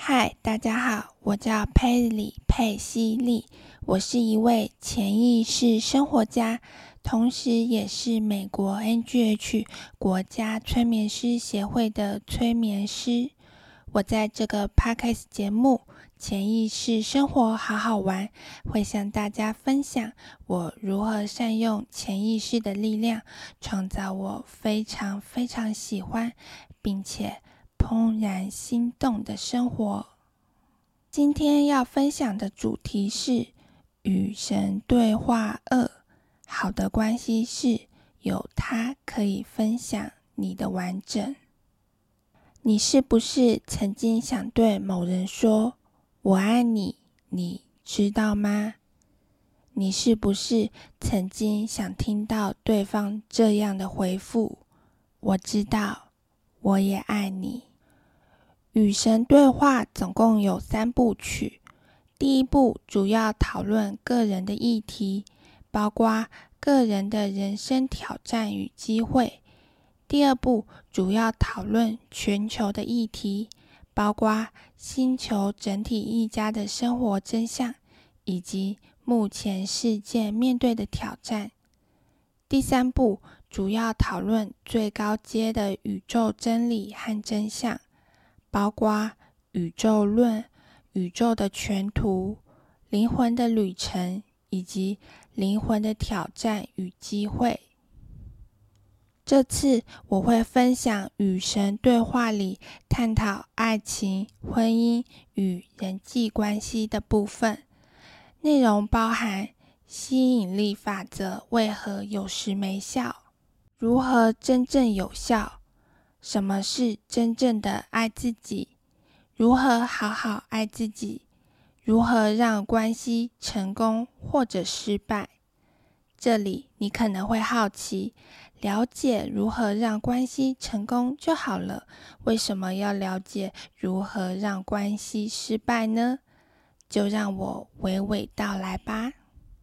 嗨，大家好，我叫佩西利，我是一位潜意识生活家，同时也是美国 NGH 国家催眠师协会的催眠师。我在这个 Podcast 节目潜意识生活好好玩，会向大家分享我如何善用潜意识的力量，创造我非常非常喜欢并且怦然心动的生活。今天要分享的主题是与神对话2，好的关系是有他可以分享你的完整。你是不是曾经想对某人说我爱你，你知道吗？你是不是曾经想听到对方这样的回复，我知道，我也爱你。与神对话总共有3部曲，第一部主要讨论个人的议题，包括个人的人生挑战与机会。第二部主要讨论全球的议题，包括星球整体一家的生活真相，以及目前世界面对的挑战。第三部主要讨论最高阶的宇宙真理和真相，包括宇宙论、宇宙的全图、灵魂的旅程，以及灵魂的挑战与机会。这次我会分享与神对话里探讨爱情、婚姻与人际关系的部分，内容包含吸引力法则为何有时没效，如何真正有效，什么是真正的爱自己，如何好好爱自己，如何让关系成功或者失败。这里你可能会好奇，了解如何让关系成功就好了，为什么要了解如何让关系失败呢？就让我娓娓道来吧。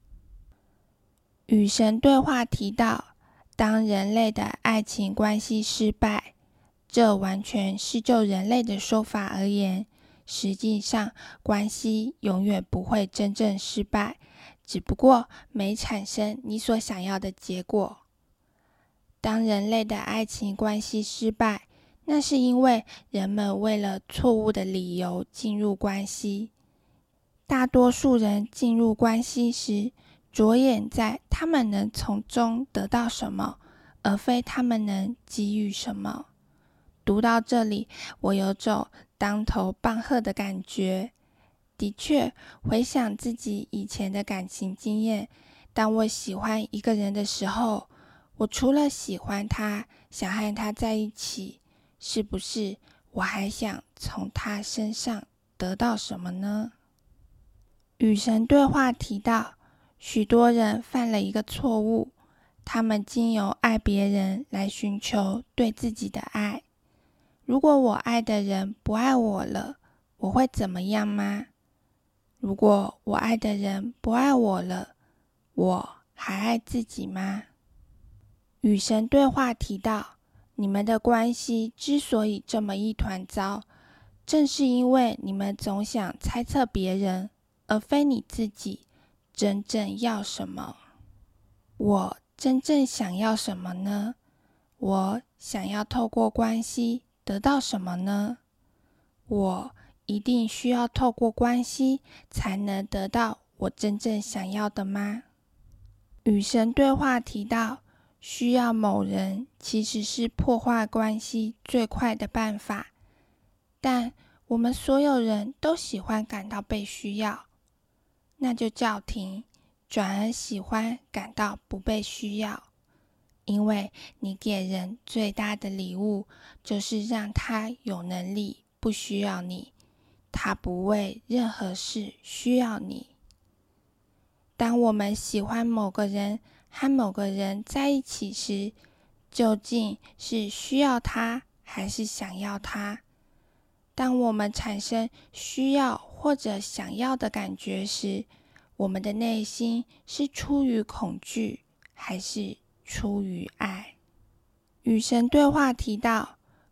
与神对话提到，当人类的爱情关系失败，这完全是就人类的说法而言，实际上关系永远不会真正失败，只不过没产生你所想要的结果。当人类的爱情关系失败，那是因为人们为了错误的理由进入关系。大多数人进入关系时，着眼在他们能从中得到什么，而非他们能给予什么。读到这里，我有种当头棒喝的感觉。的确，回想自己以前的感情经验，当我喜欢一个人的时候，我除了喜欢他，想和他在一起，是不是我还想从他身上得到什么呢？与神对话提到，许多人犯了一个错误，他们经由爱别人来寻求对自己的爱。如果我爱的人不爱我了，我会怎么样吗？如果我爱的人不爱我了，我还爱自己吗？与神对话提到，你们的关系之所以这么一团糟，正是因为你们总想猜测别人，而非你自己真正要什么。我真正想要什么呢？我想要透过关系得到什么呢？我一定需要透过关系才能得到我真正想要的吗？与神对话提到，需要某人其实是破坏关系最快的办法，但我们所有人都喜欢感到被需要，那就叫停，转而喜欢感到不被需要。因为你给人最大的礼物，就是让他有能力不需要你，他不为任何事需要你。当我们喜欢某个人，和某个人在一起时，究竟是需要他，还是想要他？当我们产生需要或者想要的感觉时，我们的内心是出于恐惧，还是出于爱？与神对话提到，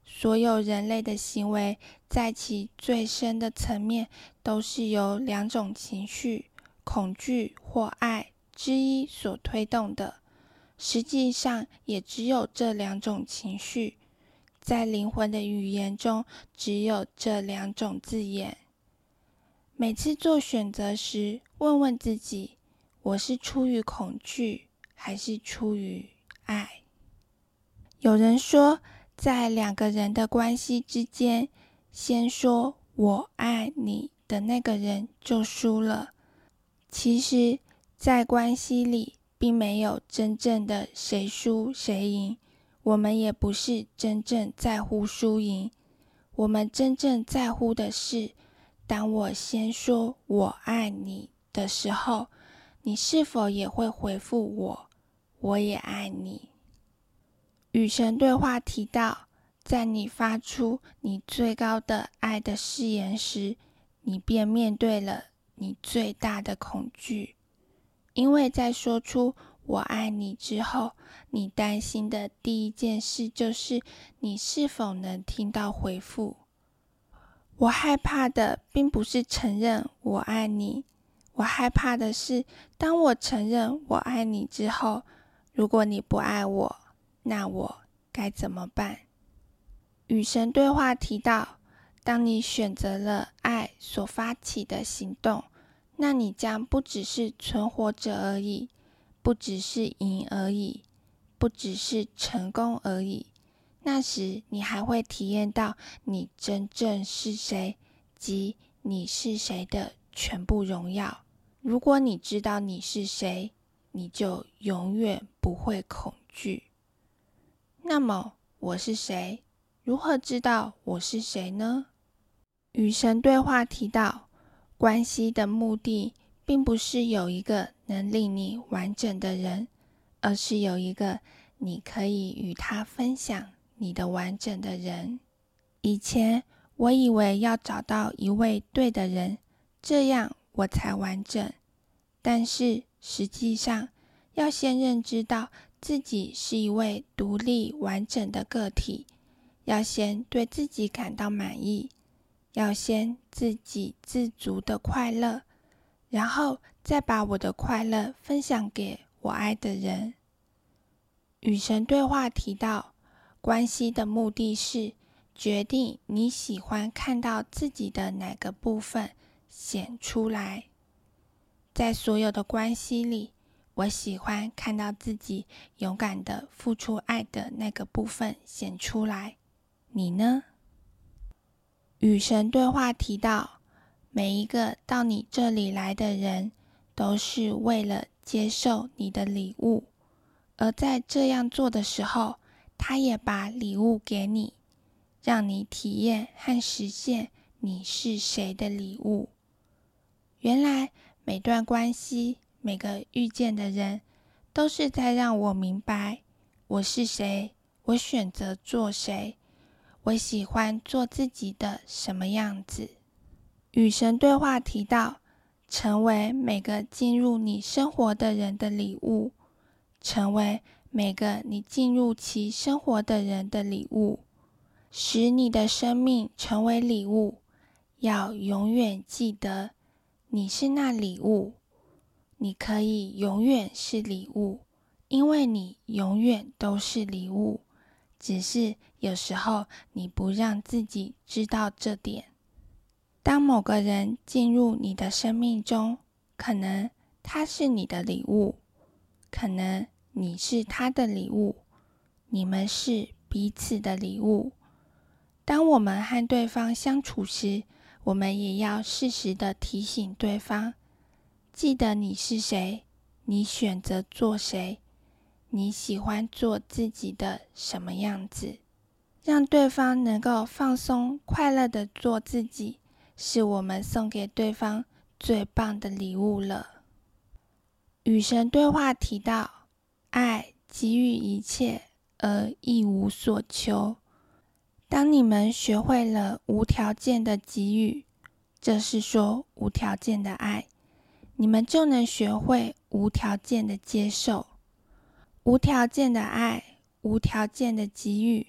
所有人类的行为在其最深的层面都是由两种情绪，恐惧或爱之一所推动的。实际上也只有这两种情绪，在灵魂的语言中只有这两种字眼。每次做选择时，问问自己，我是出于恐惧还是出于爱？有人说，在两个人的关系之间，先说我爱你的那个人就输了。其实，在关系里并没有真正的谁输谁赢，我们也不是真正在乎输赢。我们真正在乎的是，当我先说我爱你的时候，你是否也会回复我也爱你。与神对话提到，在你发出你最高的爱的誓言时，你便面对了你最大的恐惧。因为在说出我爱你之后，你担心的第一件事就是你是否能听到回复。我害怕的并不是承认我爱你，我害怕的是当我承认我爱你之后，如果你不爱我，那我该怎么办？与神对话提到，当你选择了爱所发起的行动，那你将不只是存活着而已，不只是赢而已，不只是成功而已。那时你还会体验到你真正是谁，及你是谁的全部荣耀。如果你知道你是谁，你就永远不会恐惧。那么我是谁？如何知道我是谁呢？与神对话提到，关系的目的并不是有一个能令你完整的人，而是有一个你可以与他分享你的完整的人。以前我以为要找到一位对的人，这样我才完整。但是实际上，要先认知到自己是一位独立完整的个体，要先对自己感到满意，要先自给自足的快乐，然后再把我的快乐分享给我爱的人。与神对话提到，关系的目的是决定你喜欢看到自己的哪个部分显出来。在所有的关系里，我喜欢看到自己勇敢的付出爱的那个部分显出来。你呢？与神对话提到，每一个到你这里来的人，都是为了接受你的礼物，而在这样做的时候，他也把礼物给你，让你体验和实现你是谁的礼物。原来每段关系，每个遇见的人，都是在让我明白我是谁，我选择做谁，我喜欢做自己的什么样子。与神对话提到，成为每个进入你生活的人的礼物，成为每个你进入其生活的人的礼物，使你的生命成为礼物。要永远记得，你是那礼物，你可以永远是礼物，因为你永远都是礼物，只是有时候你不让自己知道这点。当某个人进入你的生命中，可能他是你的礼物，可能你是他的礼物，你们是彼此的礼物。当我们和对方相处时，我们也要适时的提醒对方，记得你是谁，你选择做谁，你喜欢做自己的什么样子，让对方能够放松快乐的做自己，是我们送给对方最棒的礼物了。与神对话提到，爱给予一切而一无所求。当你们学会了无条件的给予，这是说无条件的爱，你们就能学会无条件的接受。无条件的爱，无条件的给予，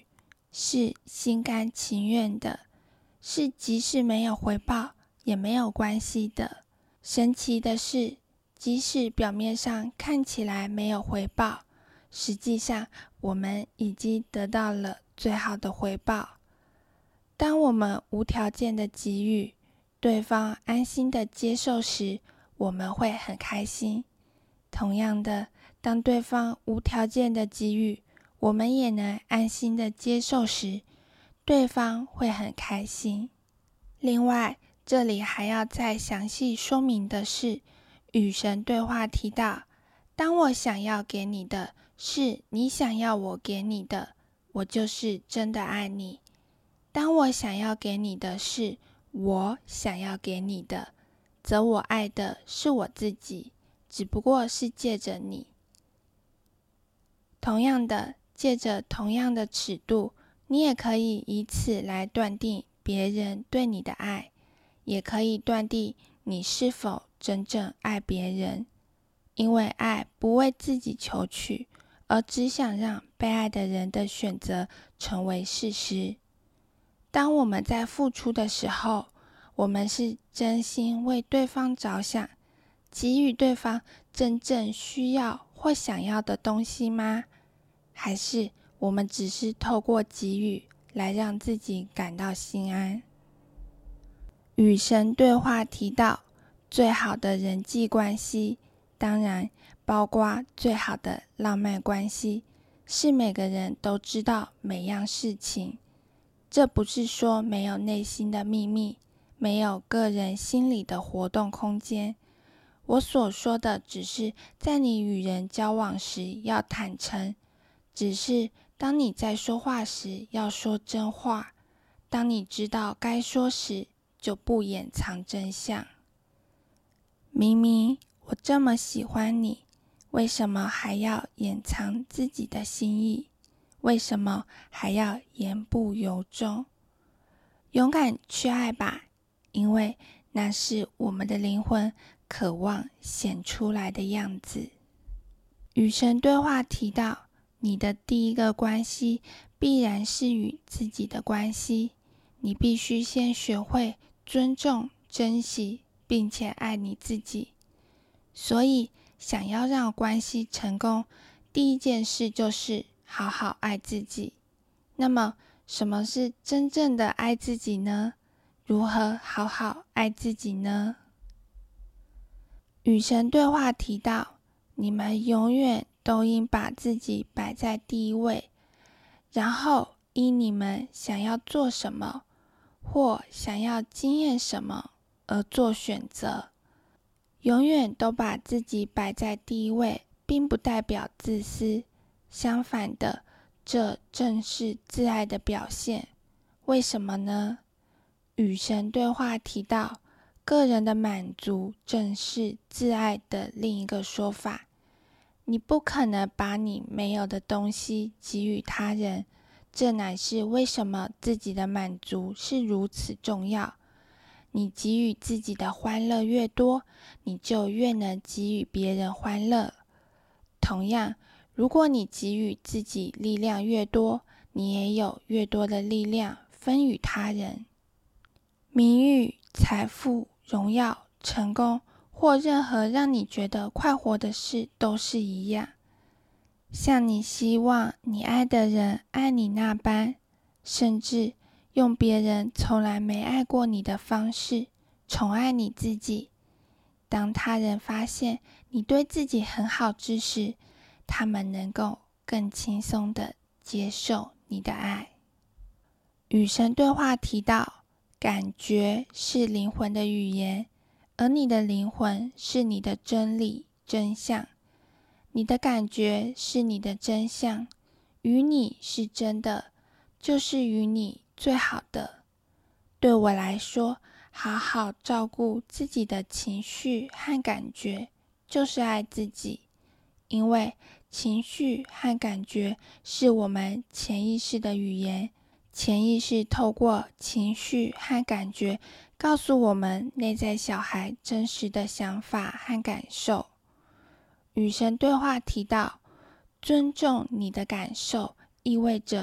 是心甘情愿的，是即使没有回报也没有关系的。神奇的是，即使表面上看起来没有回报，实际上我们已经得到了最好的回报。当我们无条件的给予，对方安心的接受时，我们会很开心。同样的，当对方无条件的给予，我们也能安心的接受时，对方会很开心。另外，这里还要再详细说明的是，与神对话提到，当我想要给你的是你想要我给你的，我就是真的爱你。当我想要给你的是我想要给你的，则我爱的是我自己，只不过是借着你。同样的，借着同样的尺度，你也可以以此来断定别人对你的爱，也可以断定你是否真正爱别人。因为爱不为自己求取，而只想让被爱的人的选择成为事实。当我们在付出的时候，我们是真心为对方着想，给予对方真正需要或想要的东西吗？还是我们只是透过给予来让自己感到心安？与神对话提到，最好的人际关系，当然包括最好的浪漫关系，是每个人都知道每样事情。这不是说没有内心的秘密，没有个人心理的活动空间。我所说的只是在你与人交往时要坦诚，只是当你在说话时要说真话，当你知道该说时就不掩藏真相。明明我这么喜欢你，为什么还要掩藏自己的心意？为什么还要言不由衷？勇敢去爱吧，因为那是我们的灵魂渴望显出来的样子。与神对话提到，你的第一个关系必然是与自己的关系，你必须先学会尊重、珍惜，并且爱你自己。所以，想要让关系成功，第一件事就是好好爱自己。那么，什么是真正的爱自己呢？如何好好爱自己呢？与神对话提到，你们永远都应把自己摆在第一位，然后因你们想要做什么或想要经验什么而做选择。永远都把自己摆在第一位，并不代表自私，相反的，这正是自爱的表现。为什么呢？与神对话提到，个人的满足正是自爱的另一个说法。你不可能把你没有的东西给予他人，这乃是为什么自己的满足是如此重要。你给予自己的欢乐越多，你就越能给予别人欢乐。同样，如果你给予自己力量越多，你也有越多的力量分予他人。名誉、财富、荣耀、成功，或任何让你觉得快活的事都是一样。像你希望你爱的人爱你那般，甚至用别人从来没爱过你的方式宠爱你自己。当他人发现你对自己很好之时，他们能够更轻松地接受你的爱。与神对话提到，感觉是灵魂的语言，而你的灵魂是你的真理、真相。你的感觉是你的真相，与你是真的，就是与你最好的。对我来说，好好照顾自己的情绪和感觉，就是爱自己。因为情绪和感觉是我们潜意识的语言，潜意识透过情绪和感觉，告诉我们内在小孩真实的想法和感受。与神对话提到，尊重你的感受，意味着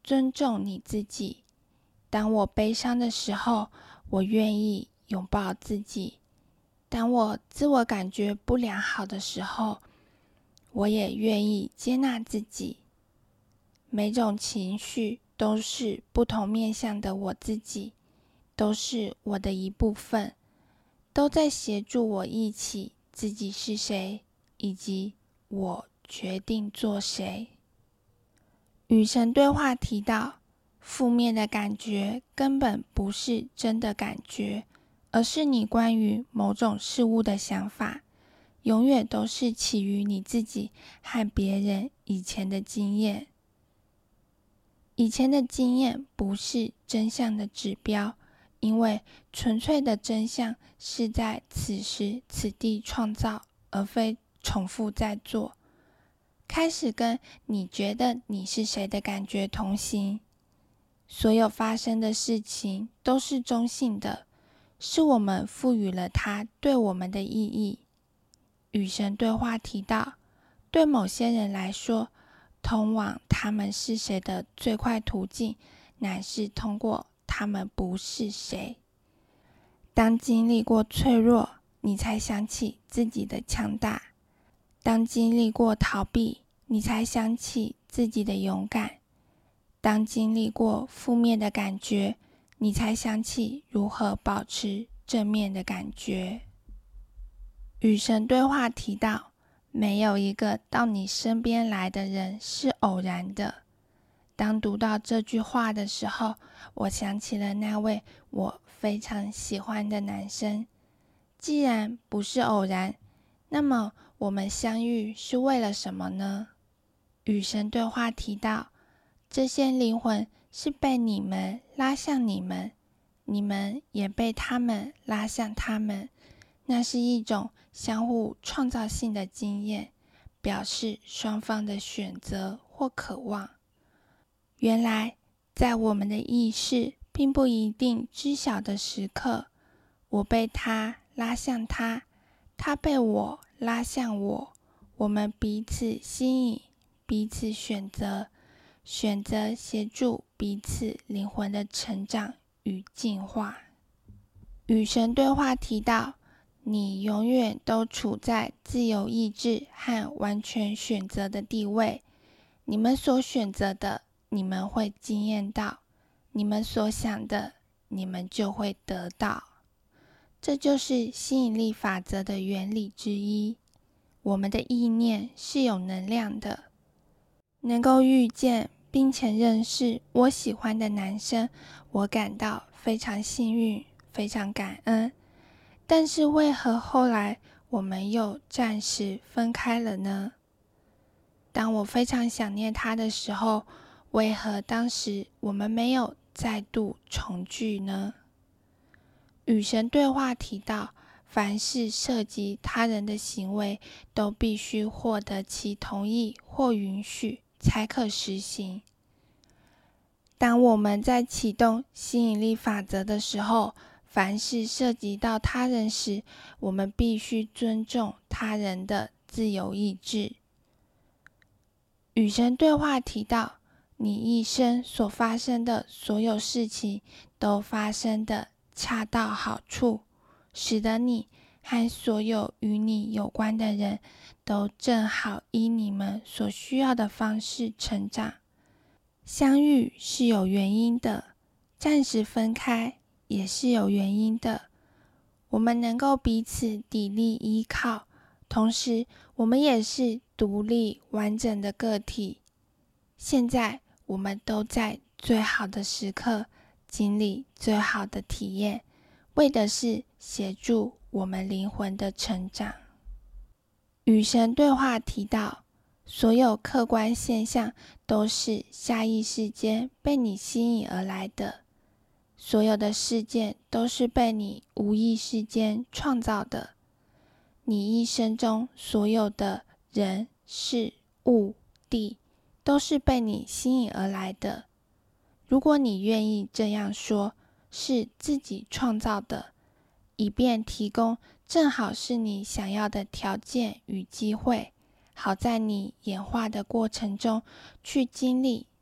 尊重你自己。当我悲伤的时候，我愿意拥抱自己。当我自我感觉不良好的时候，我也愿意接纳自己。每种情绪都是不同面向的我自己，都是我的一部分，都在协助我忆起自己是谁，以及我决定做谁。与神对话提到，负面的感觉根本不是真的感觉，而是你关于某种事物的想法，永远都是起于你自己和别人以前的经验。以前的经验不是真相的指标，因为纯粹的真相是在此时此地创造，而非重复在做。开始跟你觉得你是谁的感觉同行。所有发生的事情都是中性的，是我们赋予了它对我们的意义。与神对话提到，对某些人来说，通往他们是谁的最快途径，乃是通过他们不是谁。当经历过脆弱，你才想起自己的强大。当经历过逃避，你才想起自己的勇敢。当经历过负面的感觉，你才想起如何保持正面的感觉。与神对话提到，没有一个到你身边来的人是偶然的。当读到这句话的时候，我想起了那位我非常喜欢的男生。既然不是偶然，那么我们相遇是为了什么呢？与神对话提到，这些灵魂是被你们拉向你们，你们也被他们拉向他们。那是一种相互创造性的经验，表示双方的选择或渴望。原来，在我们的意识并不一定知晓的时刻，我被他拉向他，他被我拉向我，我们彼此吸引，彼此选择协助彼此灵魂的成长与进化。与神对话提到，你永远都处在自由意志和完全选择的地位。你们所选择的，你们会经验到；你们所想的，你们就会得到。这就是吸引力法则的原理之一。我们的意念是有能量的。能够遇见并且认识我喜欢的男生，我感到非常幸运，非常感恩。但是为何后来我们又暂时分开了呢？当我非常想念他的时候，为何当时我们没有再度重聚呢？与神对话提到，凡是涉及他人的行为，都必须获得其同意或允许才可实行。当我们在启动吸引力法则的时候，凡是涉及到他人时，我们必须尊重他人的自由意志。与神对话提到，你一生所发生的所有事情都发生的恰到好处，使得你和所有与你有关的人都正好依你们所需要的方式成长。相遇是有原因的，暂时分开也是有原因的。我们能够彼此砥砺依靠，同时我们也是独立完整的个体。现在我们都在最好的时刻经历最好的体验，为的是协助我们灵魂的成长。与神对话提到，所有客观现象都是下意识间被你吸引而来的，所有的事件都是被你无意识间创造的。你一生中所有的人、事、物、地，都是被你吸引而来的。如果你愿意这样说，是自己创造的，以便提供正好是你想要的条件与机会，好在你演化的过程中去经历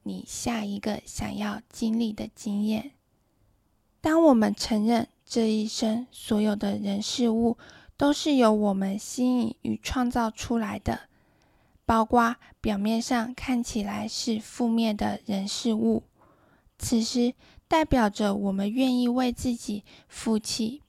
你下一个想要经历的经验。当我们承认这一生所有的人事物都是由我们吸引与创造出来的，包括表面上看起来是负面的人事物，此时代表着我们愿意为自己负起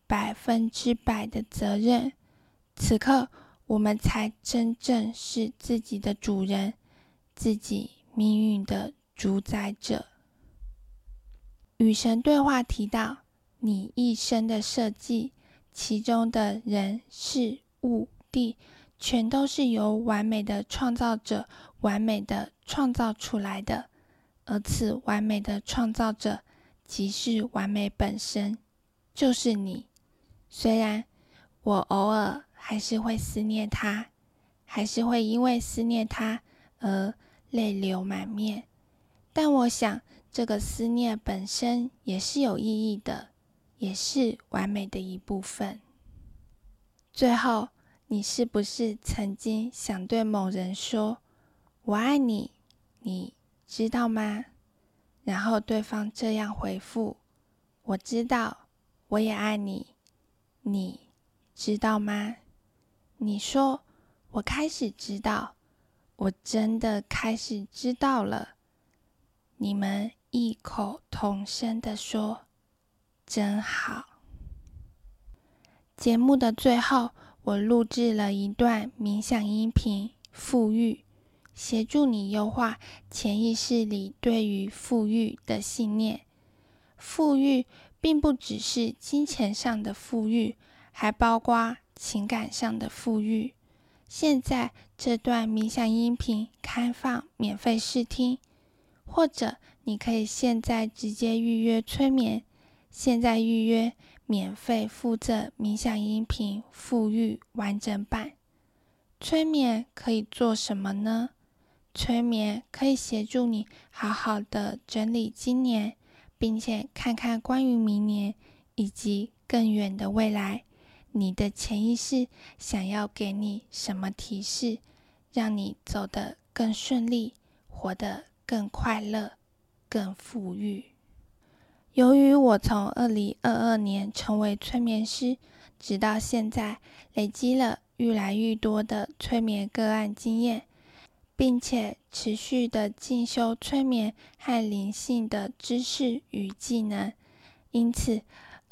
100%的责任。此刻我们才真正是自己的主人，自己命运的主宰者。与神对话提到，你一生的设计，其中的人事物地，全都是由完美的创造者完美的创造出来的，而此完美的创造者即是完美本身，就是你。虽然我偶尔还是会思念他，还是会因为思念他而泪流满面，但我想这个思念本身也是有意义的，也是完美的一部分。最后，你是不是曾经想对某人说我爱你，你知道吗？然后对方这样回复，我知道，我也爱你，你知道吗？你说，我开始知道，我真的开始知道了。你们异口同声地说，真好。节目的最后，我录制了一段冥想音频，富裕，协助你优化潜意识里对于富裕的信念。富裕并不只是金钱上的富裕，还包括情感上的富裕。现在这段冥想音频开放免费试听，或者你可以现在直接预约催眠，现在预约免费附赠冥想音频富裕完整版。催眠可以做什么呢？催眠可以协助你好好的整理今年，并且看看关于明年以及更远的未来，你的潜意识想要给你什么提示，让你走得更顺利，活得更快乐，更富裕。由于我从2022年成为催眠师，直到现在累积了越来越多的催眠个案经验，并且持续的进修催眠和灵性的知识与技能。因此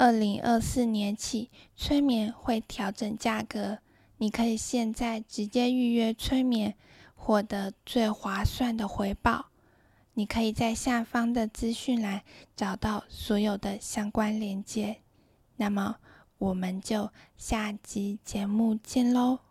2024年起，催眠会调整价格，你可以现在直接预约催眠，获得最划算的回报。你可以在下方的资讯栏找到所有的相关连结。那么我们就下集节目见喽。